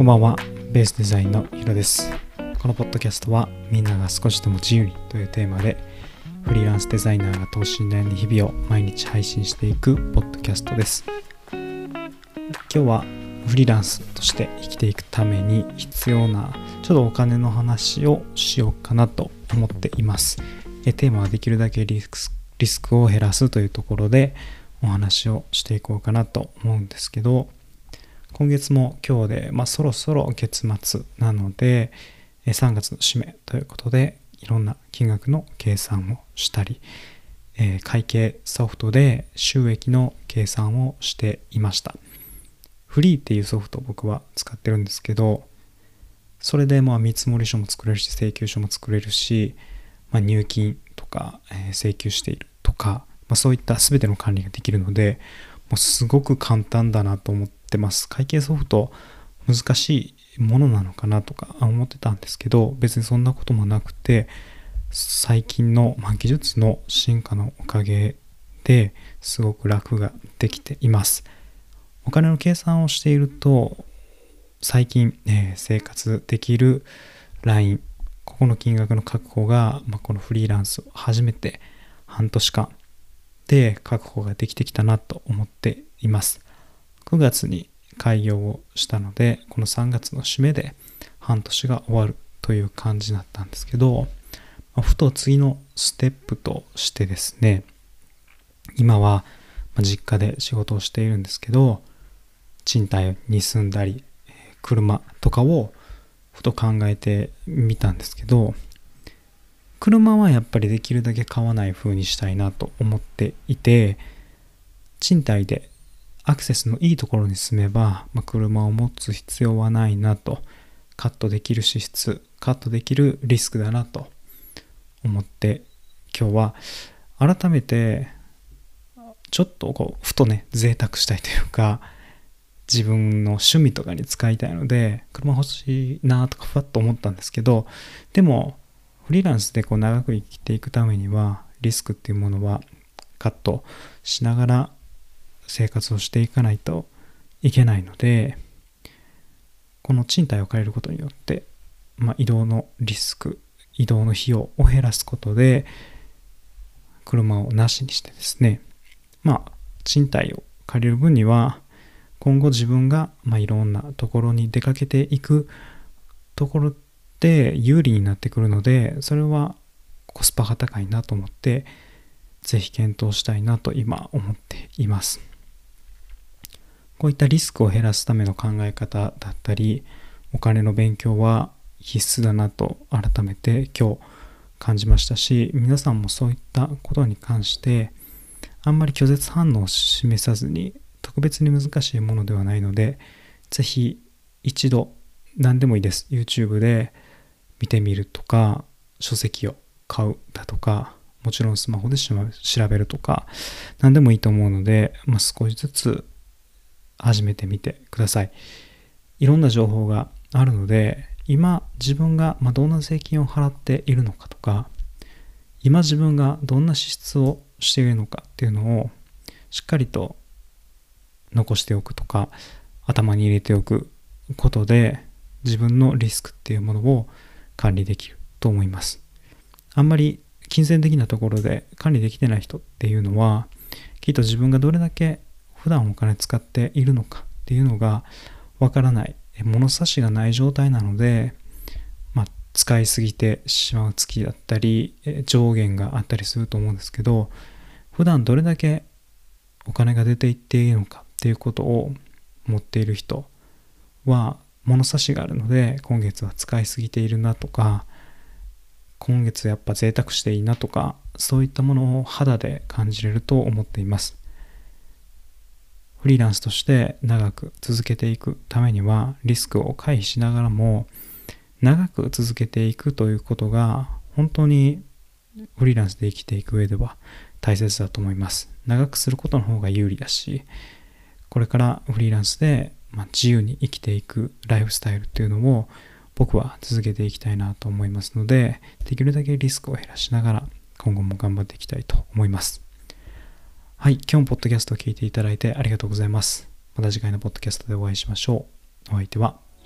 ばんは、ベースデザインのヒロです。このポッドキャストはみんなが少しでも自由にというテーマでフリーランスデザイナーが等身大の日々を毎日配信していくポッドキャストです。今日はフリーランスとして生きていくために必要なちょっとお金の話をしようかなと思っています。テーマはできるだけリスクを減らすというところでお話をしていこうかなと思うんですけど、今月も今日で、そろそろ月末なので3月の締めということでいろんな金額の計算をしたり、会計ソフトで収益の計算をしていました。フリーっていうソフトを僕は使ってるんですけど、それで見積書も作れるし請求書も作れるし、入金とか、請求しているとか、そういった全ての管理ができるので、もうすごく簡単だなと思ってます。会計ソフト難しいものなのかなとか思ってたんですけど、別にそんなこともなくて、最近の技術の進化のおかげですごく楽ができています。お金の計算をしていると最近、生活できるライン、ここの金額の確保が、このフリーランスを始めて半年間で確保ができてきたなと思っています。9月に開業をしたので、この3月の締めで半年が終わるという感じだったんですけど、ふと次のステップとしてですね、今は実家で仕事をしているんですけど、賃貸に住んだり車とかをふと考えてみたんですけど、車はやっぱりできるだけ買わない風にしたいなと思っていて、賃貸でアクセスのいいところに住めば、車を持つ必要はないなと、カットできる支出、カットできるリスクだなと思って、今日は改めてちょっとふと贅沢したいというか、自分の趣味とかに使いたいので車欲しいなとかふわっと思ったんですけど、でもフリーランスで長く生きていくためにはリスクっていうものはカットしながら生活をしていかないといけないので、この賃貸を借りることによって、移動のリスク、移動の費用を減らすことで車をなしにしてですね、賃貸を借りる分には今後自分がいろんなところに出かけていくところで有利になってくるので、それはコスパが高いなと思ってぜひ検討したいなと今思っています。こういったリスクを減らすための考え方だったり、お金の勉強は必須だなと改めて今日感じましたし、皆さんもそういったことに関してあんまり拒絶反応を示さずに、特別に難しいものではないので、ぜひ一度何でもいいです。YouTube で見てみるとか、書籍を買うだとか、もちろんスマホで調べるとか、何でもいいと思うので、少しずつ始めてみてください。いろんな情報があるので、今自分がどんな税金を払っているのかとか、今自分がどんな支出をしているのかっていうのをしっかりと残しておくとか、頭に入れておくことで自分のリスクっていうものを管理できると思います。あんまり金銭的なところで管理できてない人っていうのは、きっと自分がどれだけ普段お金使っているのかっていうのがわからない、物差しがない状態なので、使いすぎてしまう月だったり上限があったりすると思うんですけど、普段どれだけお金が出ていっているのかっていうことを持っている人は物差しがあるので、今月は使いすぎているなとか、今月やっぱ贅沢していいなとか、そういったものを肌で感じれると思っています。フリーランスとして長く続けていくためには、リスクを回避しながらも長く続けていくということが本当にフリーランスで生きていく上では大切だと思います。長くすることの方が有利だし、これからフリーランスで自由に生きていくライフスタイルっていうのを僕は続けていきたいなと思いますので、できるだけリスクを減らしながら今後も頑張っていきたいと思います。はい、今日もポッドキャストを聞いていただいてありがとうございます。また次回のポッドキャストでお会いしましょう。お相手は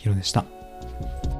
ヒロでした。